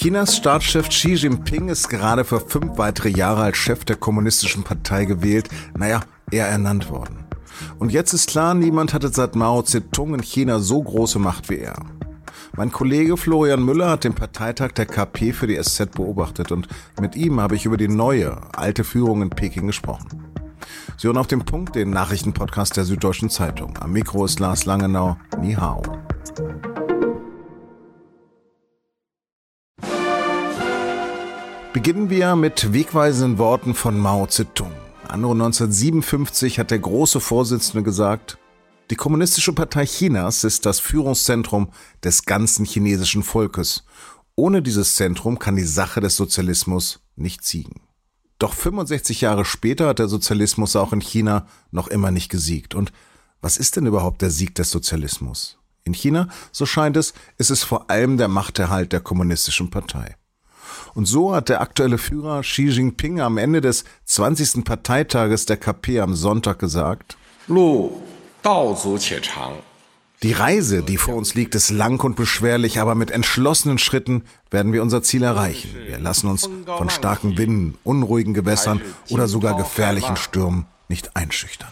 Chinas Staatschef Xi Jinping ist gerade für 5 weitere Jahre als Chef der Kommunistischen Partei gewählt, er ernannt worden. Und jetzt ist klar, niemand hatte seit Mao Zedong in China so große Macht wie er. Mein Kollege Florian Müller hat den Parteitag der KP für die SZ beobachtet und mit ihm habe ich über die neue, alte Führung in Peking gesprochen. Sie hören auf den Punkt, den Nachrichtenpodcast der Süddeutschen Zeitung. Am Mikro ist Lars Langenau. Ni hao. Beginnen wir mit wegweisenden Worten von Mao Zedong. Anno 1957 hat der große Vorsitzende gesagt: Die Kommunistische Partei Chinas ist das Führungszentrum des ganzen chinesischen Volkes. Ohne dieses Zentrum kann die Sache des Sozialismus nicht siegen. Doch 65 Jahre später hat der Sozialismus auch in China noch immer nicht gesiegt. Und was ist denn überhaupt der Sieg des Sozialismus? In China, so scheint es, ist es vor allem der Machterhalt der Kommunistischen Partei. Und so hat der aktuelle Führer Xi Jinping am Ende des 20. Parteitages der KP am Sonntag gesagt: Die Reise, die vor uns liegt, ist lang und beschwerlich, aber mit entschlossenen Schritten werden wir unser Ziel erreichen. Wir lassen uns von starken Winden, unruhigen Gewässern oder sogar gefährlichen Stürmen nicht einschüchtern.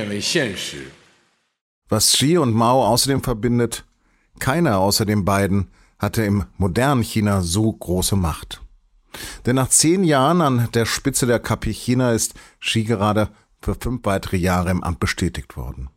Was Xi und Mao außerdem verbindet: keiner außer den beiden hatte im modernen China so große Macht. Denn nach 10 Jahren an der Spitze der KP China ist Xi gerade für 5 weitere Jahre im Amt bestätigt worden.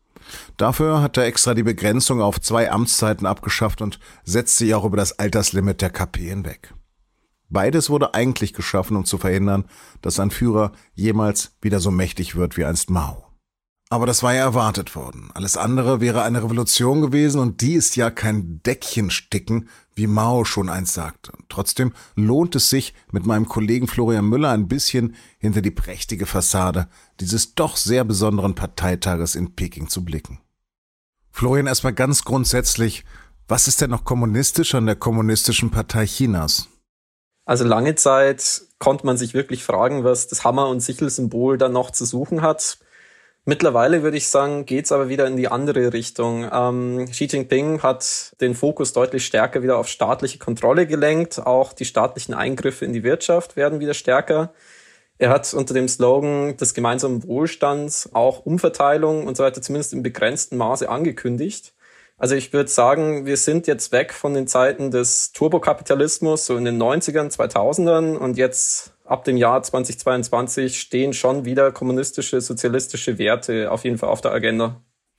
Dafür hat er extra die Begrenzung auf 2 Amtszeiten abgeschafft und setzt sich auch über das Alterslimit der KP hinweg. Beides wurde eigentlich geschaffen, um zu verhindern, dass ein Führer jemals wieder so mächtig wird wie einst Mao. Aber das war ja erwartet worden. Alles andere wäre eine Revolution gewesen und die ist ja kein Deckchensticken, wie Mao schon einst sagte. Trotzdem lohnt es sich, mit meinem Kollegen Florian Müller ein bisschen hinter die prächtige Fassade dieses doch sehr besonderen Parteitages in Peking zu blicken. Florian, erstmal ganz grundsätzlich, was ist denn noch kommunistisch an der Kommunistischen Partei Chinas? Also lange Zeit konnte man sich wirklich fragen, was das Hammer- und Sichel-Symbol dann noch zu suchen hat. Mittlerweile würde ich sagen, geht's aber wieder in die andere Richtung. Xi Jinping hat den Fokus deutlich stärker wieder auf staatliche Kontrolle gelenkt. Auch die staatlichen Eingriffe in die Wirtschaft werden wieder stärker. Er hat unter dem Slogan des gemeinsamen Wohlstands auch Umverteilung und so weiter zumindest im begrenzten Maße angekündigt. Also ich würde sagen, wir sind jetzt weg von den Zeiten des Turbokapitalismus, so in den 90ern, 2000ern und jetzt ab dem Jahr 2022 stehen schon wieder kommunistische, sozialistische Werte auf jeden Fall auf der Agenda.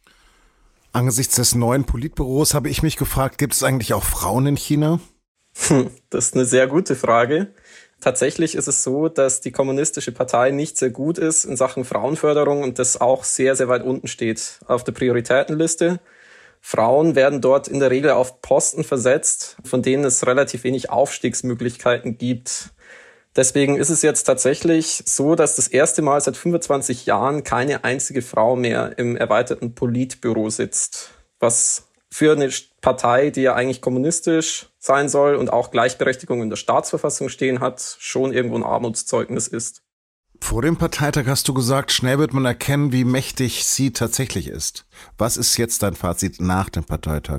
Angesichts des neuen Politbüros habe ich mich gefragt, gibt es eigentlich auch Frauen in China? Das ist eine sehr gute Frage. Tatsächlich ist es so, dass die Kommunistische Partei nicht sehr gut ist in Sachen Frauenförderung und das auch sehr, sehr weit unten steht auf der Prioritätenliste. Frauen werden dort in der Regel auf Posten versetzt, von denen es relativ wenig Aufstiegsmöglichkeiten gibt. Deswegen ist es jetzt tatsächlich so, dass das erste Mal seit 25 Jahren keine einzige Frau mehr im erweiterten Politbüro sitzt. Was für eine Partei, die ja eigentlich kommunistisch sein soll und auch Gleichberechtigung in der Staatsverfassung stehen hat, schon irgendwo ein Armutszeugnis ist. Vor dem Parteitag hast du gesagt, schnell wird man erkennen, wie mächtig sie tatsächlich ist. Was ist jetzt dein Fazit nach dem Parteitag?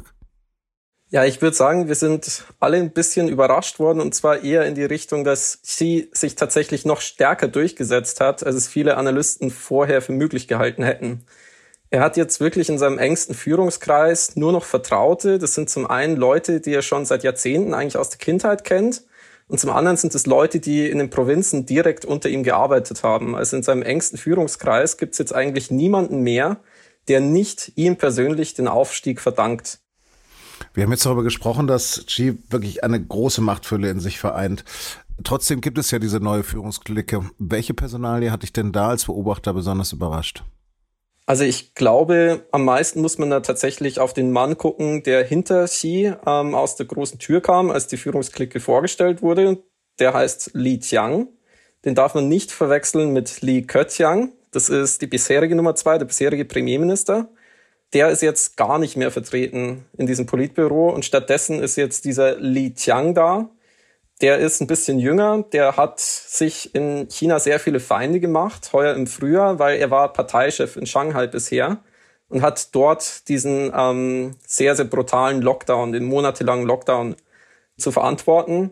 Ja, ich würde sagen, wir sind alle ein bisschen überrascht worden und zwar eher in die Richtung, dass Xi sich tatsächlich noch stärker durchgesetzt hat, als es viele Analysten vorher für möglich gehalten hätten. Er hat jetzt wirklich in seinem engsten Führungskreis nur noch Vertraute. Das sind zum einen Leute, die er schon seit Jahrzehnten eigentlich aus der Kindheit kennt und zum anderen sind es Leute, die in den Provinzen direkt unter ihm gearbeitet haben. Also in seinem engsten Führungskreis gibt es jetzt eigentlich niemanden mehr, der nicht ihm persönlich den Aufstieg verdankt. Wir haben jetzt darüber gesprochen, dass Xi wirklich eine große Machtfülle in sich vereint. Trotzdem gibt es ja diese neue Führungsklicke. Welche Personalie hat dich denn da als Beobachter besonders überrascht? Also ich glaube, am meisten muss man da tatsächlich auf den Mann gucken, der hinter Xi aus der großen Tür kam, als die Führungsklicke vorgestellt wurde. Der heißt Li Qiang. Den darf man nicht verwechseln mit Li Keqiang. Das ist die bisherige Nummer 2, der bisherige Premierminister. Der ist jetzt gar nicht mehr vertreten in diesem Politbüro und stattdessen ist jetzt dieser Li Qiang da. Der ist ein bisschen jünger, der hat sich in China sehr viele Feinde gemacht, heuer im Frühjahr, weil er war Parteichef in Shanghai bisher und hat dort diesen sehr, sehr brutalen Lockdown, den monatelangen Lockdown zu verantworten.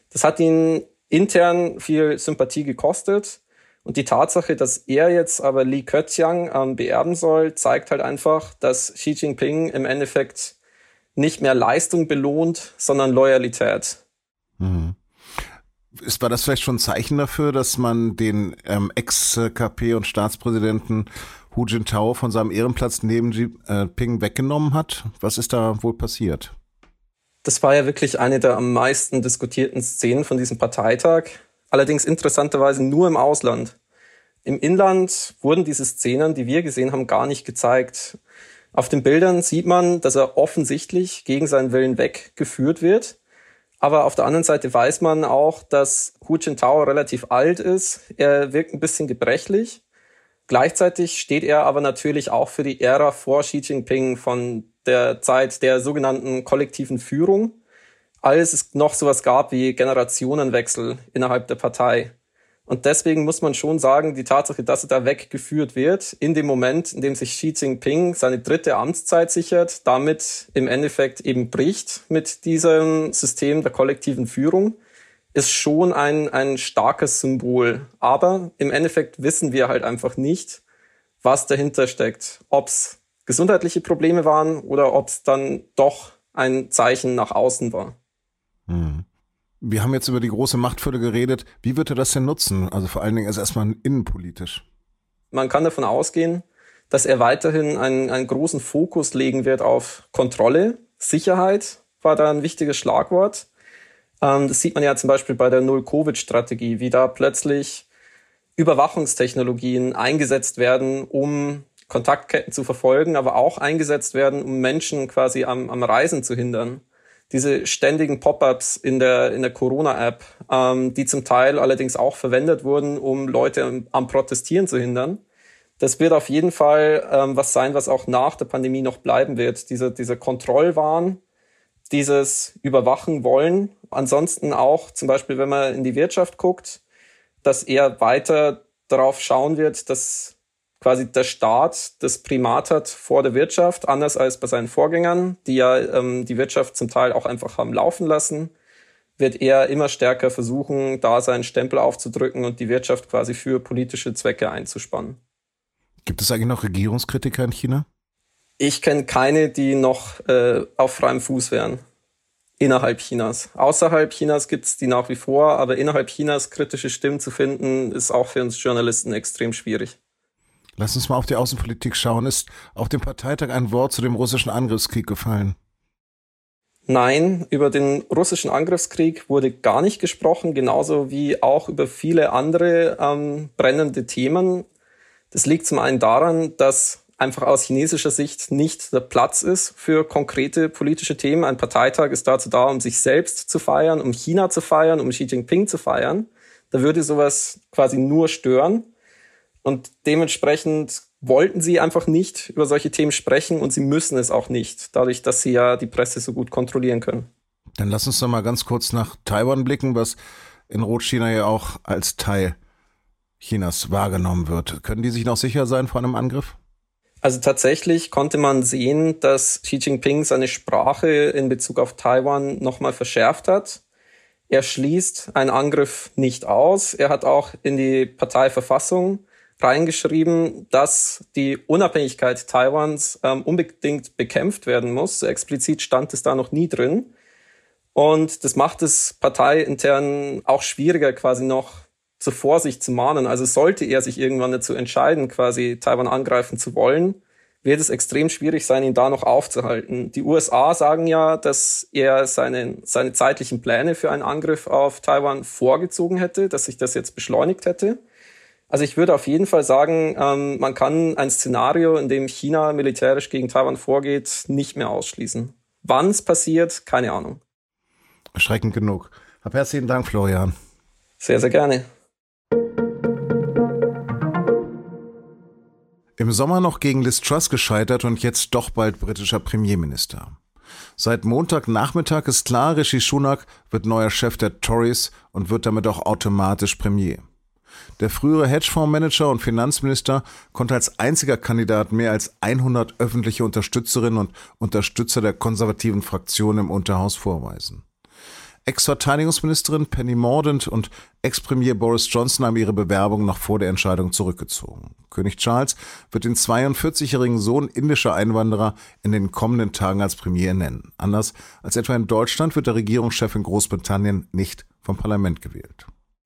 Das hat ihn intern viel Sympathie gekostet. Und die Tatsache, dass er jetzt aber Li Keqiang beerben soll, zeigt halt einfach, dass Xi Jinping im Endeffekt nicht mehr Leistung belohnt, sondern Loyalität. Mhm. War das vielleicht schon ein Zeichen dafür, dass man den Ex-KP- und Staatspräsidenten Hu Jintao von seinem Ehrenplatz neben Xi Jinping weggenommen hat? Was ist da wohl passiert? Das war ja wirklich eine der am meisten diskutierten Szenen von diesem Parteitag. Allerdings interessanterweise nur im Ausland. Im Inland wurden diese Szenen, die wir gesehen haben, gar nicht gezeigt. Auf den Bildern sieht man, dass er offensichtlich gegen seinen Willen weggeführt wird. Aber auf der anderen Seite weiß man auch, dass Hu Jintao relativ alt ist. Er wirkt ein bisschen gebrechlich. Gleichzeitig steht er aber natürlich auch für die Ära vor Xi Jinping von der Zeit der sogenannten kollektiven Führung, als es noch sowas gab wie Generationenwechsel innerhalb der Partei. Und deswegen muss man schon sagen, die Tatsache, dass er da weggeführt wird, in dem Moment, in dem sich Xi Jinping seine 3. Amtszeit sichert, damit im Endeffekt eben bricht mit diesem System der kollektiven Führung, ist schon ein starkes Symbol. Aber im Endeffekt wissen wir halt einfach nicht, was dahinter steckt. Ob es gesundheitliche Probleme waren oder ob es dann doch ein Zeichen nach außen war. Wir haben jetzt über die große Machtfülle geredet. Wie wird er das denn nutzen? Also vor allen Dingen erstmal innenpolitisch. Man kann davon ausgehen, dass er weiterhin einen großen Fokus legen wird auf Kontrolle. Sicherheit war da ein wichtiges Schlagwort. Das sieht man ja zum Beispiel bei der Null-Covid-Strategie, wie da plötzlich Überwachungstechnologien eingesetzt werden, um Kontaktketten zu verfolgen, aber auch eingesetzt werden, um Menschen quasi am Reisen zu hindern. Diese ständigen Pop-ups in der Corona-App, die zum Teil allerdings auch verwendet wurden, um Leute am Protestieren zu hindern. Das wird auf jeden Fall was sein, was auch nach der Pandemie noch bleiben wird. Dieser Kontrollwahn, dieses Überwachen wollen. Ansonsten auch zum Beispiel, wenn man in die Wirtschaft guckt, dass er weiter darauf schauen wird, dass quasi der Staat das Primat hat vor der Wirtschaft, anders als bei seinen Vorgängern, die ja die Wirtschaft zum Teil auch einfach haben laufen lassen, wird er immer stärker versuchen, da seinen Stempel aufzudrücken und die Wirtschaft quasi für politische Zwecke einzuspannen. Gibt es eigentlich noch Regierungskritiker in China? Ich kenne keine, die noch auf freiem Fuß wären. Innerhalb Chinas. Außerhalb Chinas gibt es die nach wie vor, aber innerhalb Chinas kritische Stimmen zu finden, ist auch für uns Journalisten extrem schwierig. Lass uns mal auf die Außenpolitik schauen. Ist auf dem Parteitag ein Wort zu dem russischen Angriffskrieg gefallen? Nein, über den russischen Angriffskrieg wurde gar nicht gesprochen, genauso wie auch über viele andere brennende Themen. Das liegt zum einen daran, dass einfach aus chinesischer Sicht nicht der Platz ist für konkrete politische Themen. Ein Parteitag ist dazu da, um sich selbst zu feiern, um China zu feiern, um Xi Jinping zu feiern. Da würde sowas quasi nur stören. Und dementsprechend wollten sie einfach nicht über solche Themen sprechen und sie müssen es auch nicht, dadurch, dass sie ja die Presse so gut kontrollieren können. Dann lass uns doch mal ganz kurz nach Taiwan blicken, was in Rotchina ja auch als Teil Chinas wahrgenommen wird. Können die sich noch sicher sein vor einem Angriff? Also tatsächlich konnte man sehen, dass Xi Jinping seine Sprache in Bezug auf Taiwan nochmal verschärft hat. Er schließt einen Angriff nicht aus. Er hat auch in die Parteiverfassung reingeschrieben, dass die Unabhängigkeit Taiwans unbedingt bekämpft werden muss. So explizit stand es da noch nie drin. Und das macht es parteiintern auch schwieriger, quasi noch zur Vorsicht zu mahnen. Also sollte er sich irgendwann dazu entscheiden, quasi Taiwan angreifen zu wollen, wird es extrem schwierig sein, ihn da noch aufzuhalten. Die USA sagen ja, dass er seine zeitlichen Pläne für einen Angriff auf Taiwan vorgezogen hätte, dass sich das jetzt beschleunigt hätte. Also ich würde auf jeden Fall sagen, man kann ein Szenario, in dem China militärisch gegen Taiwan vorgeht, nicht mehr ausschließen. Wann es passiert, keine Ahnung. Erschreckend genug. Hab herzlichen Dank, Florian. Sehr, sehr gerne. Im Sommer noch gegen Liz Truss gescheitert und jetzt doch bald britischer Premierminister. Seit Montagnachmittag ist klar, Rishi Sunak wird neuer Chef der Tories und wird damit auch automatisch Premier. Der frühere Hedgefondsmanager und Finanzminister konnte als einziger Kandidat mehr als 100 öffentliche Unterstützerinnen und Unterstützer der konservativen Fraktion im Unterhaus vorweisen. Ex-Verteidigungsministerin Penny Mordaunt und Ex-Premier Boris Johnson haben ihre Bewerbung noch vor der Entscheidung zurückgezogen. König Charles wird den 42-jährigen Sohn indischer Einwanderer in den kommenden Tagen als Premier nennen. Anders als etwa in Deutschland wird der Regierungschef in Großbritannien nicht vom Parlament gewählt.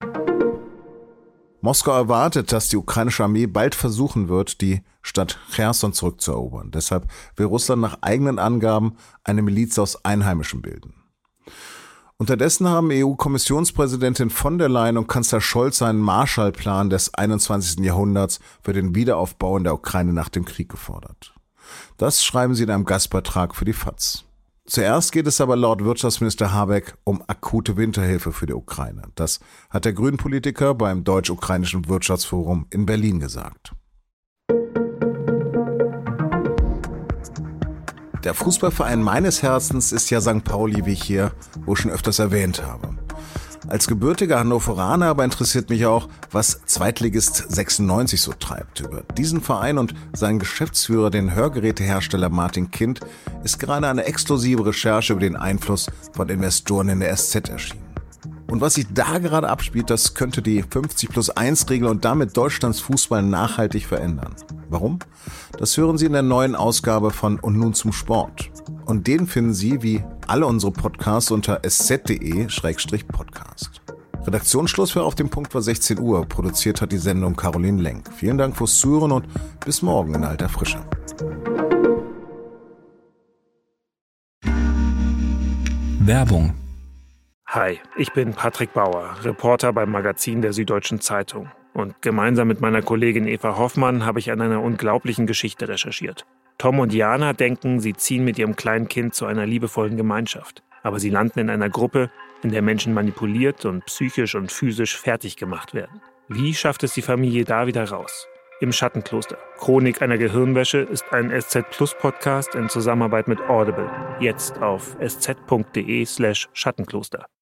Moskau erwartet, dass die ukrainische Armee bald versuchen wird, die Stadt Cherson zurückzuerobern. Deshalb will Russland nach eigenen Angaben eine Miliz aus Einheimischen bilden. Unterdessen haben EU-Kommissionspräsidentin von der Leyen und Kanzler Scholz einen Marshallplan des 21. Jahrhunderts für den Wiederaufbau in der Ukraine nach dem Krieg gefordert. Das schreiben sie in einem Gastbeitrag für die FAZ. Zuerst geht es aber laut Wirtschaftsminister Habeck um akute Winterhilfe für die Ukraine. Das hat der Grünen-Politiker beim Deutsch-Ukrainischen Wirtschaftsforum in Berlin gesagt. Der Fußballverein meines Herzens ist ja St. Pauli, wie ich hier wohl schon öfters erwähnt habe. Als gebürtiger Hannoveraner aber interessiert mich auch, was Zweitligist 96 so treibt. Über diesen Verein und seinen Geschäftsführer, den Hörgerätehersteller Martin Kind, ist gerade eine exklusive Recherche über den Einfluss von Investoren in der SZ erschienen. Und was sich da gerade abspielt, das könnte die 50+1-Regel und damit Deutschlands Fußball nachhaltig verändern. Warum? Das hören Sie in der neuen Ausgabe von Und nun zum Sport. Und den finden Sie, wie alle unsere Podcasts, unter sz.de/podcast. Redaktionsschluss für Auf dem Punkt war 16 Uhr. Produziert hat die Sendung Caroline Lenk. Vielen Dank fürs Zuhören und bis morgen in alter Frische. Werbung. Hi, ich bin Patrick Bauer, Reporter beim Magazin der Süddeutschen Zeitung. Und gemeinsam mit meiner Kollegin Eva Hoffmann habe ich an einer unglaublichen Geschichte recherchiert. Tom und Jana denken, sie ziehen mit ihrem kleinen Kind zu einer liebevollen Gemeinschaft. Aber sie landen in einer Gruppe, in der Menschen manipuliert und psychisch und physisch fertig gemacht werden. Wie schafft es die Familie da wieder raus? Im Schattenkloster. Chronik einer Gehirnwäsche ist ein SZ Plus Podcast in Zusammenarbeit mit Audible. Jetzt auf sz.de/Schattenkloster.